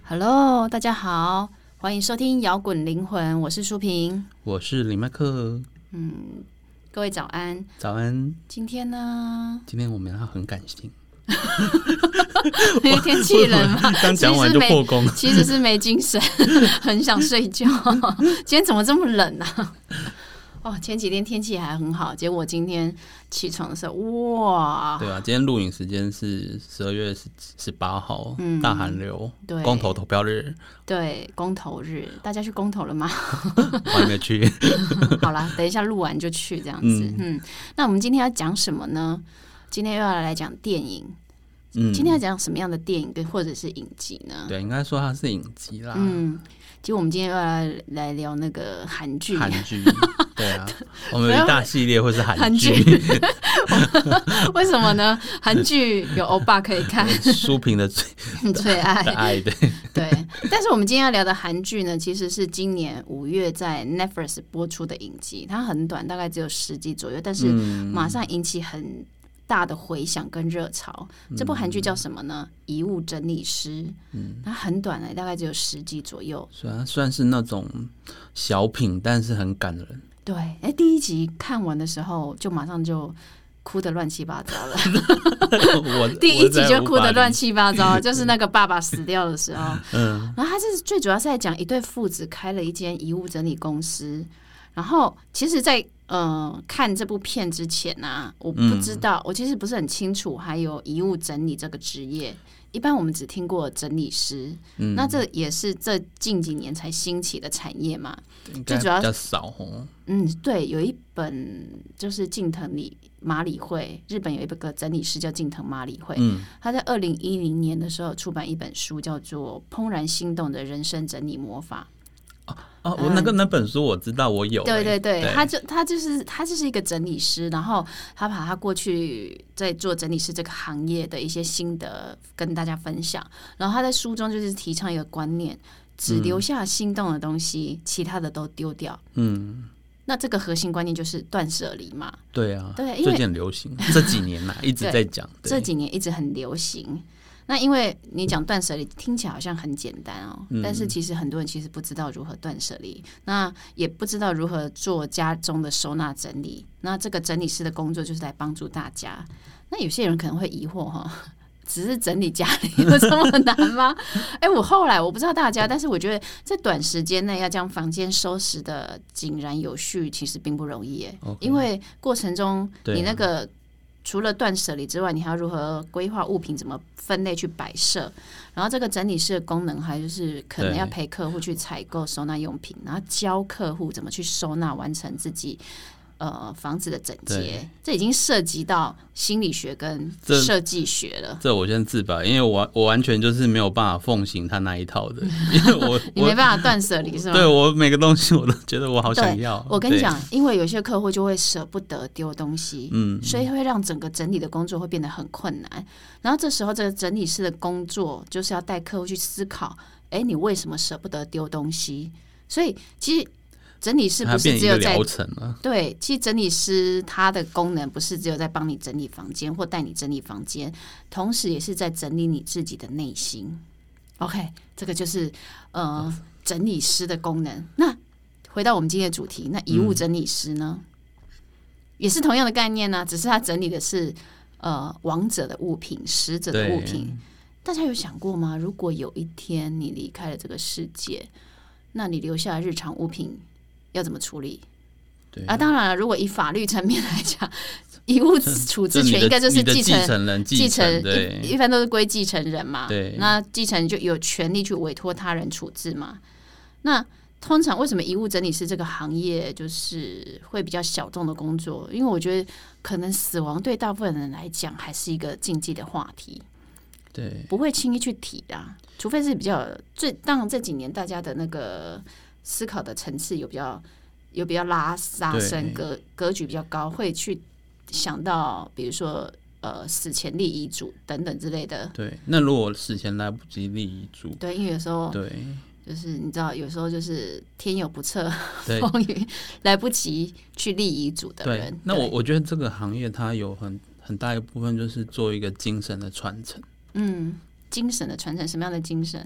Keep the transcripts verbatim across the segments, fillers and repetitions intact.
Hello， 大家好，欢迎收听摇滚灵魂，我是舒平， 我是李麦克。 嗯，各位早安。 早安。 今天呢？ 今天我们要很感性， 因为天气冷嘛， 刚讲完就破功， 其实是没精神，很想睡觉。今天怎么这么冷啊？哦，前几天天气还很好，结果今天起床的时候，哇！ 对啊，今天录影时间是十二月十八号，嗯，大寒流， 对， 公投投票日， 对，公投日，大家去公投了吗？ 我还没去。 好啦，等一下录完就去这样子。嗯, 嗯，那我们今天要讲什么呢？今天又要来讲电影。嗯，今天要讲什么样的电影跟或者是影集呢？ 对，应该说它是影集啦。 嗯，其实我们今天又要来来聊那个韩剧。 韩剧，对啊，我们有一大系列会是韩剧。 为什么呢？韩剧有欧巴可以看， 舒平的最最爱的爱，对对。但是我们今天要聊的韩剧呢，其实是今年五月在 Netflix 播出的影集，它很短，大概只有十集左右，但是马上引起很大的回响跟热潮。这部韩剧叫什么呢？遗物整理师。嗯，它很短的，大概只有十集左右。 虽然算是那种小品，但是很感人。 对，哎，第一集看完的时候，就马上就哭得乱七八糟了。 我第一集就哭得乱七八糟，就是那个爸爸死掉的时候。嗯，然后他是最主要是在讲一对父子开了一间遗物整理公司。然后，其实在，在呃看这部片之前啊，我不知道，嗯、我其实不是很清楚，还有遗物整理这个职业。一般我们只听过整理师，嗯、那这也是这近几年才兴起的产业嘛。最主要比较少哦。 嗯，对，有一本就是近藤里麻里惠，日本有一个整理师叫近藤麻里惠，嗯，他在二零一零年的时候出版一本书，叫做《怦然心动的人生整理魔法》。 哦，我那个那本书我知道，我有、欸。 对对对，对他就他就是他就是一个整理师，然后他把他过去在做整理师这个行业的一些心得跟大家分享。然后他在书中就是提倡一个观念，只留下心动的东西，嗯、其他的都丢掉。嗯，那这个核心观念就是断舍离嘛。 对啊， 对，因为最近很流行，这几年啦一直在讲， 这几年一直很流行。那因为你讲断舍离听起来好像很简单哦，嗯、但是其实很多人其实不知道如何断舍离，那也不知道如何做家中的收纳整理。那这个整理师的工作就是来帮助大家。那有些人可能会疑惑哈，只是整理家里有这么难吗？哎、欸，我后来我不知道大家，但是我觉得在短时间内要将房间收拾的井然有序，其实并不容易耶。Okay. 因为过程中你那个。除了断舍离之外，你还要如何规划物品，怎么分类去摆设？然后这个整理师的功能，还就是可能要陪客户去采购收纳用品，然后教客户怎么去收纳，完成自己呃房子的整洁。这已经涉及到心理学跟设计学了。 这, 这我先自白，因为我我完全就是没有办法奉行他那一套的，因为我你没办法断舍离是吗？ 对，我每个东西我都觉得我好想要。 我跟你讲，因为有些客户就会舍不得丢东西，嗯，所以会让整个整理的工作会变得很困难。然后这时候这个整理师的工作就是要带客户去思考，哎，你为什么舍不得丢东西？所以其实。整理师不是只有在对，其实整理师他的功能不是只有在帮你整理房间或带你整理房间，同时也是在整理你自己的内心。OK， 这个就是呃整理师的功能。那回到我们今天的主题，那遗物整理师呢，嗯、也是同样的概念呢、啊，只是他整理的是呃亡者的物品、死者的物品。大家有想过吗？如果有一天你离开了这个世界，那你留下的日常物品要怎么处理？对啊，当然了，如果以法律层面来讲，遗物处置权应该就是继承人继承， 对， 一般都是归继承人嘛。 对， 那继承人就有权利去委托他人处置嘛。那通常为什么遗物整理师这个行业就是会比较小众的工作？因为我觉得可能死亡对大部分人来讲还是一个禁忌的话题， 对， 不会轻易去提啦，除非是比较最当然这几年大家的那个。思考的层次有比较有比较拉拉伸，格格局比较高，会去想到比如说呃死前立遗嘱等等之类的。 对，那如果死前来不及立遗嘱， 对，因为有时候对， 就是你知道，有时候就是天有不测风云，来不及去立遗嘱的人。 对，那我我觉得这个行业它有很很大一部分就是做一个精神的传承。 嗯，精神的传承，什么样的精神？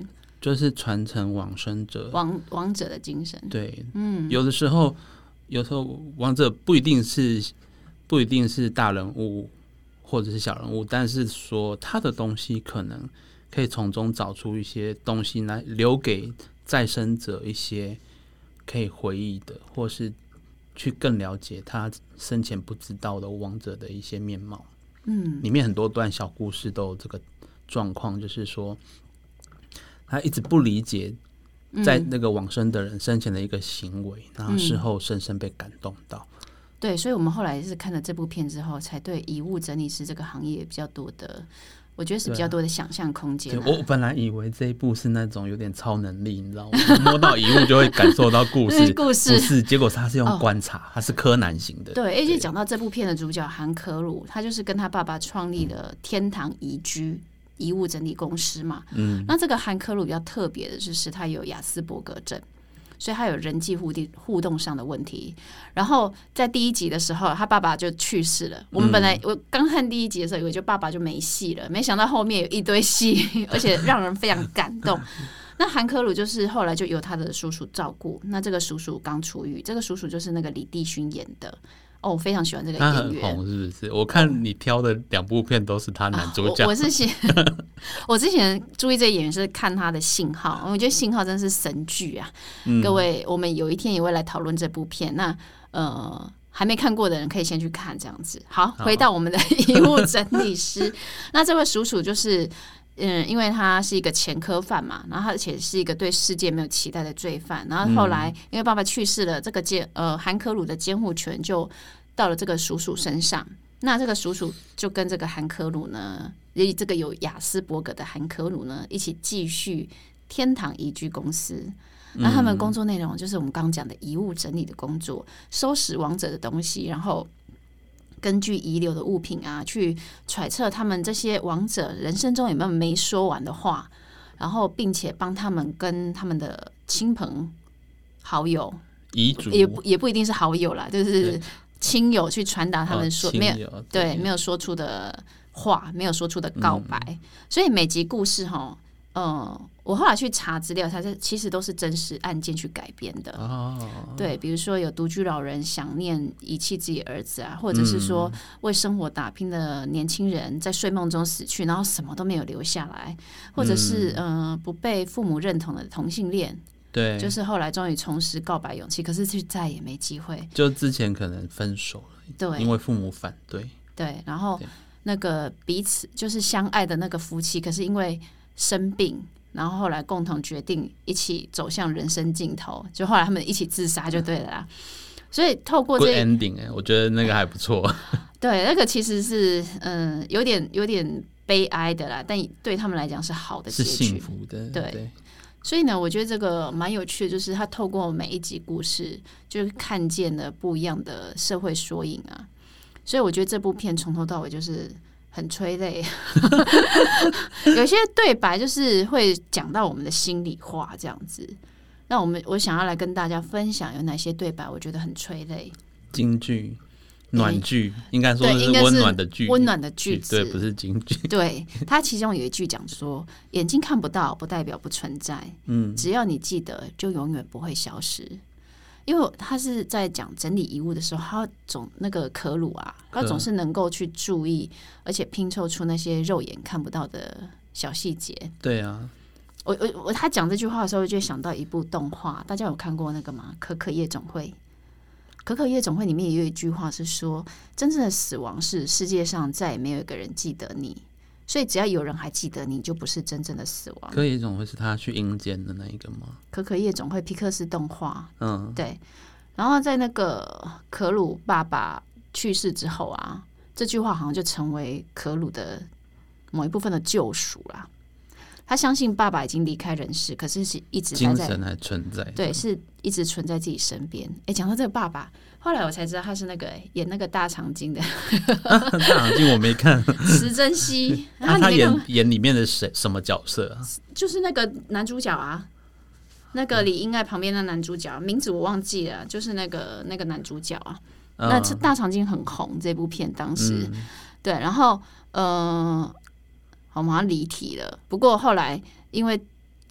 就是传承往生者王王者的精神。 对，嗯，有的时候，有时候王者不一定是不一定是大人物或者是小人物，但是说他的东西可能可以从中找出一些东西来留给再生者一些可以回忆的，或是去更了解他生前不知道的王者的一些面貌。嗯，里面很多段小故事都有这个状况，就是说他一直不理解在那个往生的人生前的一个行为，然后事后深深被感动到。 对，所以我们后来是看了这部片之后，才对遗物整理师这个行业比较多的，我觉得是比较多的想象空间、啊。 我本来以为这一部是那种有点超能力，你知道吗？摸到遗物就会感受到故事， 故事不是，结果他是用观察，他、哦、是柯南型的。 对，而且讲到这部片的主角韩可鲁，他就是跟他爸爸创立了天堂宜居遗物整理公司嘛。嗯，那这个韩可鲁比较特别的就是他有亚斯伯格症。所以他有人际互动互动上的问题，然后在第一集的时候，他爸爸就去世了。我们本来、嗯、我刚看第一集的时候，以为就爸爸就没戏了，没想到后面有一堆戏，而且让人非常感动。那韩可鲁就是后来就由他的叔叔照顾，那这个叔叔刚出狱，这个叔叔就是那个李帝勋演的。哦，我非常喜欢这个演员， 他很红是不是？我看你挑的两部片都是他男主角。 啊、我, 我是先，我之前注意这个演员是看他的《信号》，我觉得《信号》真是神剧啊、嗯！各位，我们有一天也会来讨论这部片。那呃，还没看过的人可以先去看，这样子。好，回到我们的遗物整理师。那这位叔叔就是。嗯，因为他是一个前科犯嘛，然后而且是一个对世界没有期待的罪犯，然后后来因为爸爸去世了，这个监呃韩可鲁的监护权就到了这个叔叔身上。那这个叔叔就跟这个韩可鲁呢，这个有亚斯伯格的韩可鲁呢，一起继续天堂宜居公司。那他们工作内容就是我们刚刚讲的遗物整理的工作，收拾亡者的东西，然后根据遗留的物品啊，去揣测他们这些亡者人生中有没有没说完的话，然后并且帮他们跟他们的亲朋好友、 遗嘱也也不一定是好友啦，就是亲友去传达他们说、哦、没有 对, 对没有说出的话，没有说出的告白。嗯、所以每集故事哈，呃，我后来去查资料，它其实都是真实案件去改编的。哦，对，比如说有独居老人想念遗弃自己儿子啊，或者是说为生活打拼的年轻人在睡梦中死去，然后什么都没有留下来，或者是嗯、呃、不被父母认同的同性恋。 对， 就是后来终于重拾告白勇气，可是却再也没机会。 就之前可能分手了， 对， 因为父母反对。 对，然后那个彼此就是相爱的那个夫妻，可是因为生病，然后后来共同决定一起走向人生尽头，就后来他们一起自杀就对了啦。所以透过这 good ending， 哎、欸，我觉得那个还不错。 对，那个其实是嗯、呃、有点有点悲哀的啦，但对他们来讲是好的结局， 是幸福的。 对。 对， 所以呢，我觉得这个蛮有趣的，就是他透过每一集故事，就是看见了不一样的社会缩影啊。所以我觉得这部片从头到尾就是很催泪，有些对白就是会讲到我们的心里话这样子。那我们我想要来跟大家分享有哪些对白，我觉得很催泪。 金句。暖句、欸、应该说是温暖的句， 温暖的句子， 对，不是金句。 对，他其中有一句讲说：“眼睛看不到，不代表不存在。嗯，只要你记得，就永远不会消失。”因为他是在讲整理遗物的时候，他总那个可鲁啊，他总是能够去注意，而且拼凑出那些肉眼看不到的小细节。 对啊， 我我我他讲这句话的时候，就会想到一部动画，大家有看过那个吗？《可可夜总会》。可可夜总会里面也有一句话是说，真正的死亡是世界上再也没有一个人记得你，所以只要有人还记得你，就不是真正的死亡。 可可夜总会是他去阴间的那一个吗？ 可可夜总会皮克斯动画，嗯，对。然后在那个可鲁爸爸去世之后啊，这句话好像就成为可鲁的某一部分的救赎啦。他相信爸爸已经离开人世，可是是一直待在精神还存在， 对，是一直存在自己身边。哎，讲到这个爸爸，后来我才知道他是那个演那个大长今的。 啊、大长今我没看。 池珍熙， 那、啊、他演演里面的谁什么角色啊？ 就是那个男主角啊，那个李英爱旁边的男主角，名字我忘记了，就是那个那个男主角啊。嗯、那大长今很红，这部片当时、嗯、对，然后嗯。呃我们好像离题了，不过后来因为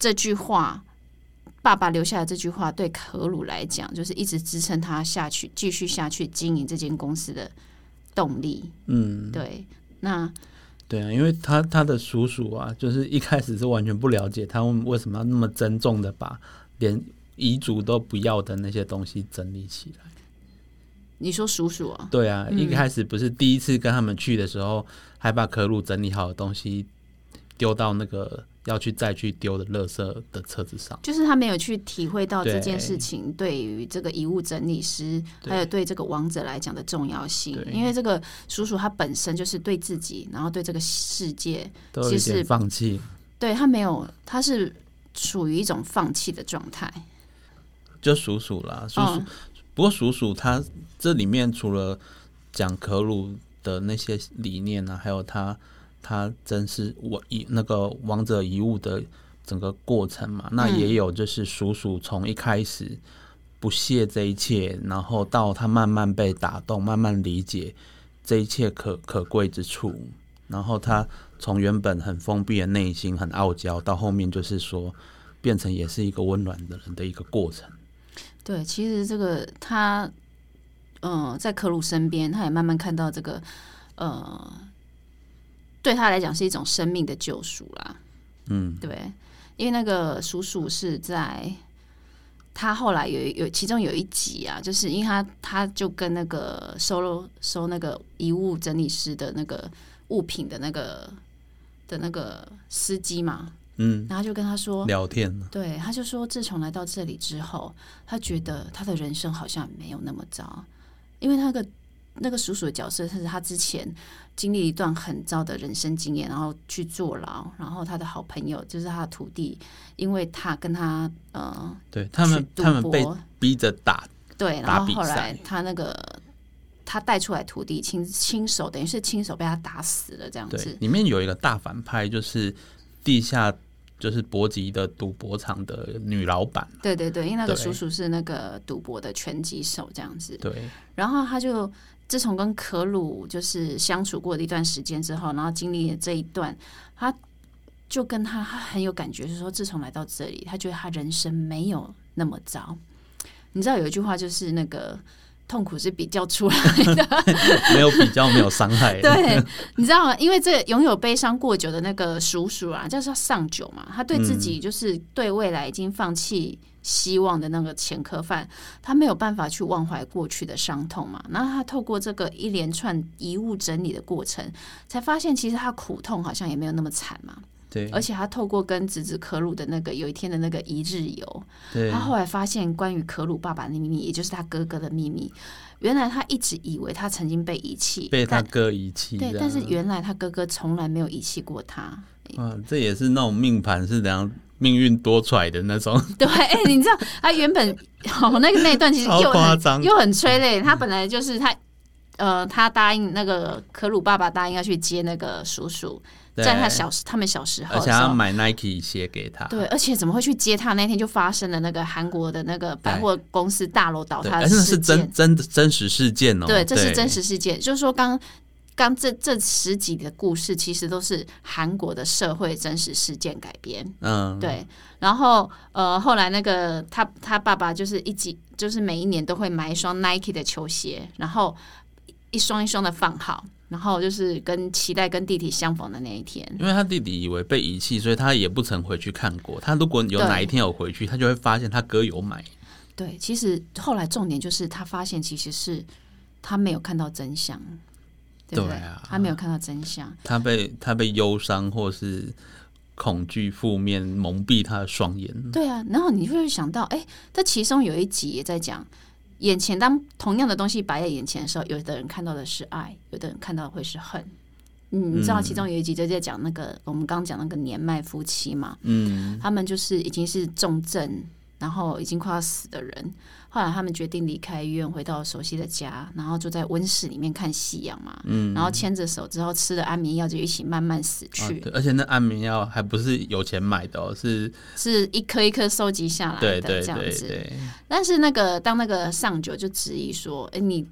这句话，爸爸留下的这句话，对可鲁来讲，就是一直支撑他下去，继续下去经营这间公司的动力。嗯，对，那对啊，因为他他的叔叔啊，就是一开始是完全不了解他们为什么要那么珍重的把连遗嘱都不要的那些东西整理起来。 你说叔叔啊？ 对啊，嗯、一开始不是第一次跟他们去的时候，还把可鲁整理好的东西丢到那个要去再去丢的垃圾的车子上， 就是他没有去体会到这件事情对于这个遗物整理师还有对这个王者来讲的重要性。因为这个叔叔他本身就是对自己，然后对这个世界都有点放弃， 对他没有，他是属于一种放弃的状态。 就叔叔啦，叔叔。嗯、不过叔叔他这里面除了讲可鲁的那些理念啊，还有他他真是我那个王者遗物的整个过程嘛，那也有就是叔叔从一开始不屑这一切，然后到他慢慢被打动，慢慢理解这一切可可贵之处，然后他从原本很封闭的内心很傲娇，到后面就是说变成也是一个温暖的人的一个过程。 对，其实这个他呃在可鲁身边，他也慢慢看到这个呃对他来讲是一种生命的救赎啦。嗯，对，因为那个叔叔是在他后来有有其中有一集啊，就是因为他他就跟那个收收那个遗物整理师的那个物品的那个的那个司机嘛。嗯，然后就跟他说聊天， 对，他就说自从来到这里之后，他觉得他的人生好像没有那么糟，因为那个那个叔叔的角色是他之前经历一段很糟的人生经验，然后去坐牢，然后他的好朋友就是他的徒弟，因为他跟他呃， 对他们他们被逼着打， 对，然后后来他那个他带出来徒弟亲亲手等于是亲手被他打死了这样子。 对，里面有一个大反派就是地下就是博吉的赌博场的女老板， 对对对，因为那个叔叔是那个赌博的拳击手这样子。 对， 然后他就自从跟可鲁就是相处过的一段时间之后，然后经历了这一段，他就跟他他很有感觉，就是说自从来到这里，他觉得他人生没有那么糟。你知道有一句话就是那个痛苦是比较出来的没有比较没有伤害对，你知道吗？因为这拥有悲伤过久的那个叔叔啊，叫做上九嘛，他对自己就是对未来已经放弃希望的那个前科犯，他没有办法去忘怀过去的伤痛嘛。然后他透过这个一连串遗物整理的过程，才发现其实他苦痛好像也没有那么惨嘛。 对， 而且他透过跟侄子可鲁的那个有一天的那个一日游，他后来发现关于可鲁爸爸的秘密，也就是他哥哥的秘密。原来他一直以为他曾经被遗弃， 被他哥遗弃， 对，但是原来他哥哥从来没有遗弃过他。 啊，这也是那种命盘是怎样命运多舛的那种。 对，哎、欸，你知道他原本哦，那个那一段其实又很又很催泪。他本来就是他呃，他答应那个可鲁爸爸答应要去接那个叔叔。在他小他们小时候的时候， 而且要买 Nike 鞋给他。 对，而且怎么会去接他？那天就发生了那个韩国的那个百货公司大楼倒塌的事件， 是真真真实事件哦。 对，这是真实事件。就是说刚，刚刚这这十集的故事，其实都是韩国的社会真实事件改编。嗯，对。然后呃，后来那个他他爸爸就是一集，就是每一年都会买一双 Nike 的球鞋，然后一双一双的放好。然后就是跟期待跟弟弟相逢的那一天， 因为他弟弟以为被遗弃，所以他也不曾回去看过。他如果有哪一天有回去，他就会发现他哥有买。 对，其实后来重点就是他发现其实是他没有看到真相，对不对？对啊，他没有看到真相， 他被他被忧伤或是恐惧、负面蒙蔽他的双眼。 对啊，然后你就会想到，哎，这其中有一集也在讲。眼前当同样的东西摆在眼前的时候，有的人看到的是爱，有的人看到的会是恨。嗯，你知道其中有一集就在讲那个、嗯、我们刚刚讲那个年迈夫妻嘛，嗯，他们就是已经是重症，然后已经快要死的人，后来他们决定离开医院，回到熟悉的家，然后就在温室里面看夕阳嘛，嗯，然后牵着手之后吃了安眠药，就一起慢慢死去。 啊、对，而且那安眠药还不是有钱买的哦，是是一颗一颗收集下来的，这样子。对对对对，但是那个当那个上九就质疑说：“哎，你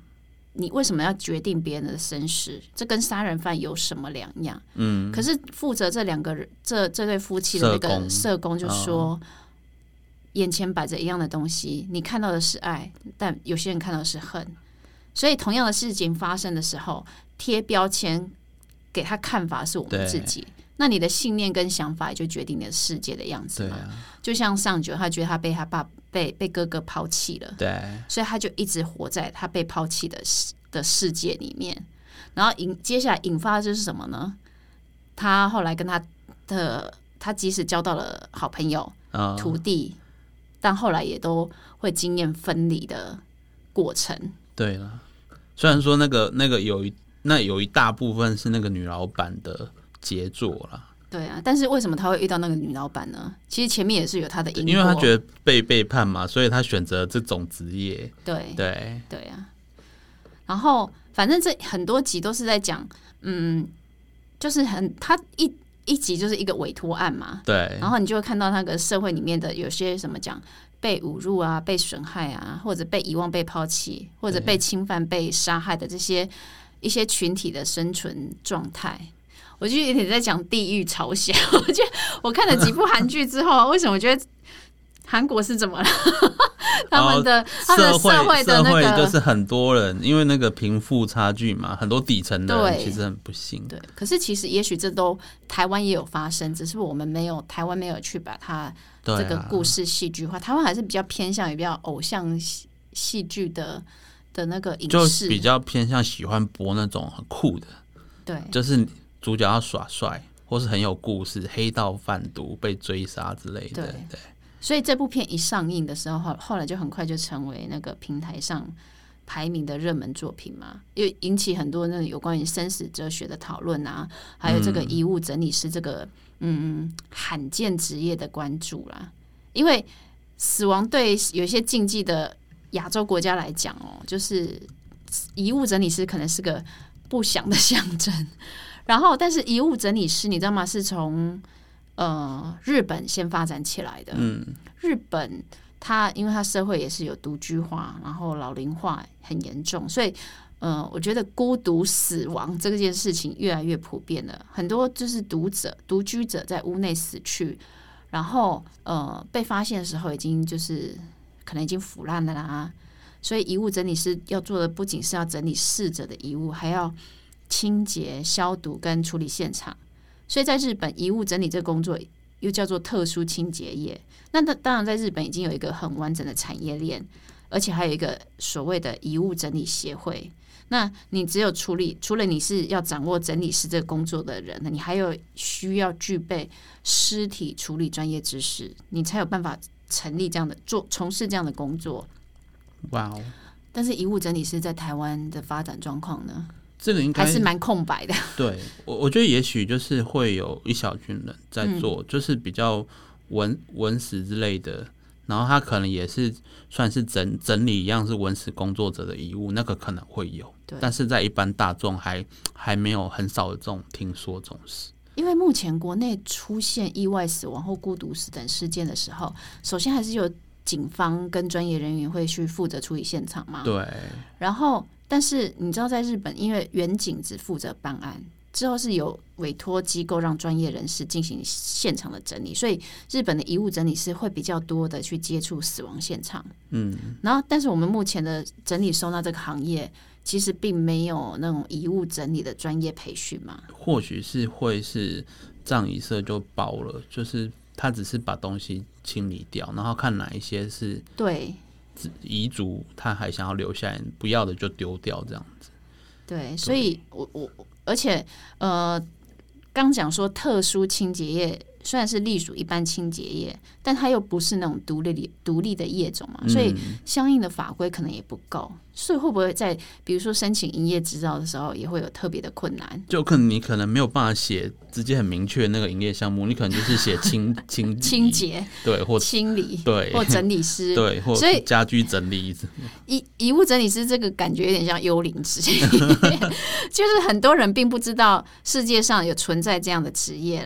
你为什么要决定别人的生死？这跟杀人犯有什么两样？嗯，可是负责这两个人，这这对夫妻的那个社工就说，哦、眼前摆着一样的东西，你看到的是爱，但有些人看到的是恨。所以同样的事情发生的时候，贴标签给他看法是我们自己。那你的信念跟想法也就决定你的世界的样子嘛。啊、就像上九，他觉得他被他爸被被哥哥抛弃了，对，所以他就一直活在他被抛弃的的世界里面。然后引接下来引发的就是什么呢？他后来跟他的他即使交到了好朋友、哦、徒弟，但后来也都会经验分离的过程。 对了，虽然说那个那个有一那有一大部分是那个女老板的杰作啦， 对啊，但是为什么他会遇到那个女老板呢？其实前面也是有他的因果， 因为他觉得被背叛嘛，所以他选择这种职业。 对对对啊，然后反正这很多集都是在讲，嗯，就是很他一一集就是一个委托案嘛， 对， 然后你就会看到那个社会里面的有些什么讲被侮辱啊、被损害啊，或者被遗忘、被抛弃，或者被侵犯、被杀害的这些一些群体的生存状态。我就有点在讲地狱朝鲜。我觉得我看了几部韩剧之后，为什么我觉得韩国是怎么了？他们的、哦、他们的社会的那个社会就是很多人，因为那个贫富差距嘛，很多底层的人其实很不幸。 对，可是其实也许这都台湾也有发生，只是我们没有，台湾没有去把它这个故事戏剧化。啊、台湾还是比较偏向于比较偶像戏剧的的那个影视， 就比较偏向喜欢播那种很酷的， 对， 就是主角要耍帅，或是很有故事，黑道贩毒被追杀之类的。 对, 对， 所以这部片一上映的时候，后来就很快就成为那个平台上排名的热门作品嘛，因为引起很多那有关于生死哲学的讨论啊，还有这个遗物整理师这个嗯罕见职业的关注啦。因为死亡对有一些禁忌的亚洲国家来讲哦，就是遗物整理师可能是个不祥的象征。然后，但是遗物整理师你知道吗？是从呃日本先发展起来的。嗯，日本它因为它社会也是有独居化，然后老龄化很严重，所以呃，我觉得孤独死亡这件事情越来越普遍了。很多就是独者、独居者在屋内死去，然后呃被发现的时候已经就是可能已经腐烂了啦。所以遗物整理师要做的不仅是要整理逝者的遗物，还要清洁、消毒跟处理现场。所以在日本，遗物整理这个工作又叫做特殊清洁业。那当然，在日本已经有一个很完整的产业链，而且还有一个所谓的遗物整理协会。那你只有处理，除了你是要掌握整理师这个工作的人，你还有需要具备尸体处理专业知识，你才有办法成立这样的做从事这样的工作。 哇哦！ 但是遗物整理师在台湾的发展状况呢？ 这个应该还是蛮空白的。 对，我我觉得也许就是会有一小群人在做，嗯、就是比较文文史之类的，然后他可能也是算是整整理一样是文史工作者的遗物，那个可能会有，但是在一般大众还还没有很少的这种听说这种事。 因为目前国内出现意外死亡或孤独死等事件的时候，首先还是有警方跟专业人员会去负责处理现场嘛。 对， 然后。但是你知道，在日本，因为远景只负责办案，之后是有委托机构让专业人士进行现场的整理，所以日本的遗物整理师会比较多的去接触死亡现场。嗯，然后，但是我们目前的整理收纳这个行业，其实并没有那种遗物整理的专业培训嘛。 或许是会是葬仪社就包了，就是他只是把东西清理掉，然后看哪一些是对。 遗嘱他还想要留下来，不要的就丢掉这样子。 对，所以我我而且呃，刚讲说特殊清洁业虽然是隶属一般清洁业，但它又不是那种独立独立的业种嘛，所以相应的法规可能也不够，所以会不会在比如说申请营业执照的时候也会有特别的困难？ 就可能你可能没有办法写直接很明确那个营业项目，你可能就是写清清清洁对或清理对或整理师对或家居整理遗遗物整理师这个感觉有点像幽灵职业，就是很多人并不知道世界上有存在这样的职业啦。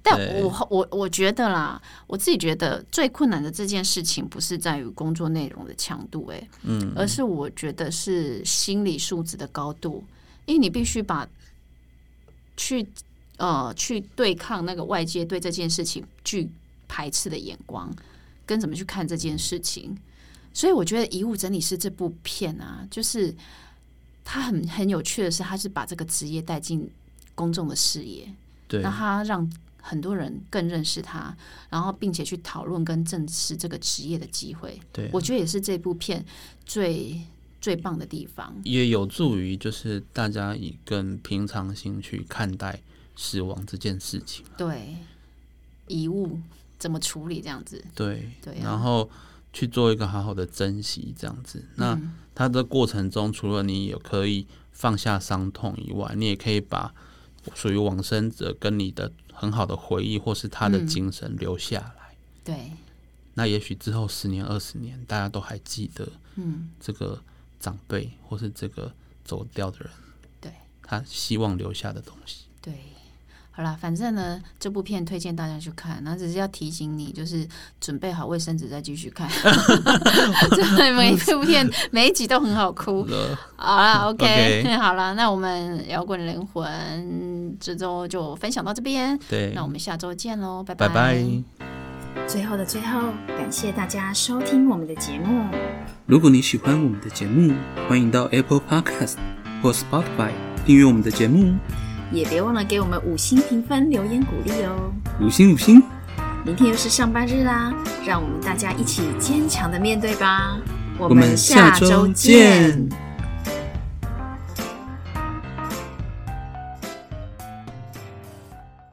但我我我觉得啦，我自己觉得最困难的这件事情不是在于工作内容的强度、欸，嗯，而是我觉得是心理素质的高度，因为你必须把去呃去对抗那个外界对这件事情具排斥的眼光，跟怎么去看这件事情。所以我觉得《遗物整理师》这部片啊，就是它很很有趣的是，它是把这个职业带进公众的视野，对，那它让很多人更认识他，然后并且去讨论跟正视这个职业的机会。对，我觉得也是这部片最最棒的地方， 也有助于就是大家以更平常心去看待死亡这件事情。 对，遗物怎么处理这样子？ 对对、啊，然后去做一个好好的珍惜这样子。那它的过程中，除了你也可以放下伤痛以外，你也可以把属于往生者跟你的很好的回忆或是他的精神留下来、嗯、 对， 那也许之后十年二十年大家都还记得这个长辈或是这个走掉的人，对，他希望留下的东西。 对，好啦，反正呢这部片推荐大家去看，然后只是要提醒你就是准备好卫生纸再继续看每一部片每一集都很好哭好啦 OK, okay. 好啦，那我们摇滚灵魂这周就分享到这边，对，那我们下周见咯，拜拜拜拜。 最后的最后，感谢大家收听我们的节目。 如果你喜欢我们的节目，欢迎到 Apple Podcast 或 Spotify 订阅我们的节目， 也别忘了给我们五星评分留言鼓励哦。 五星五星。 明天又是上班日啦，让我们大家一起坚强的面对吧。我们下周见。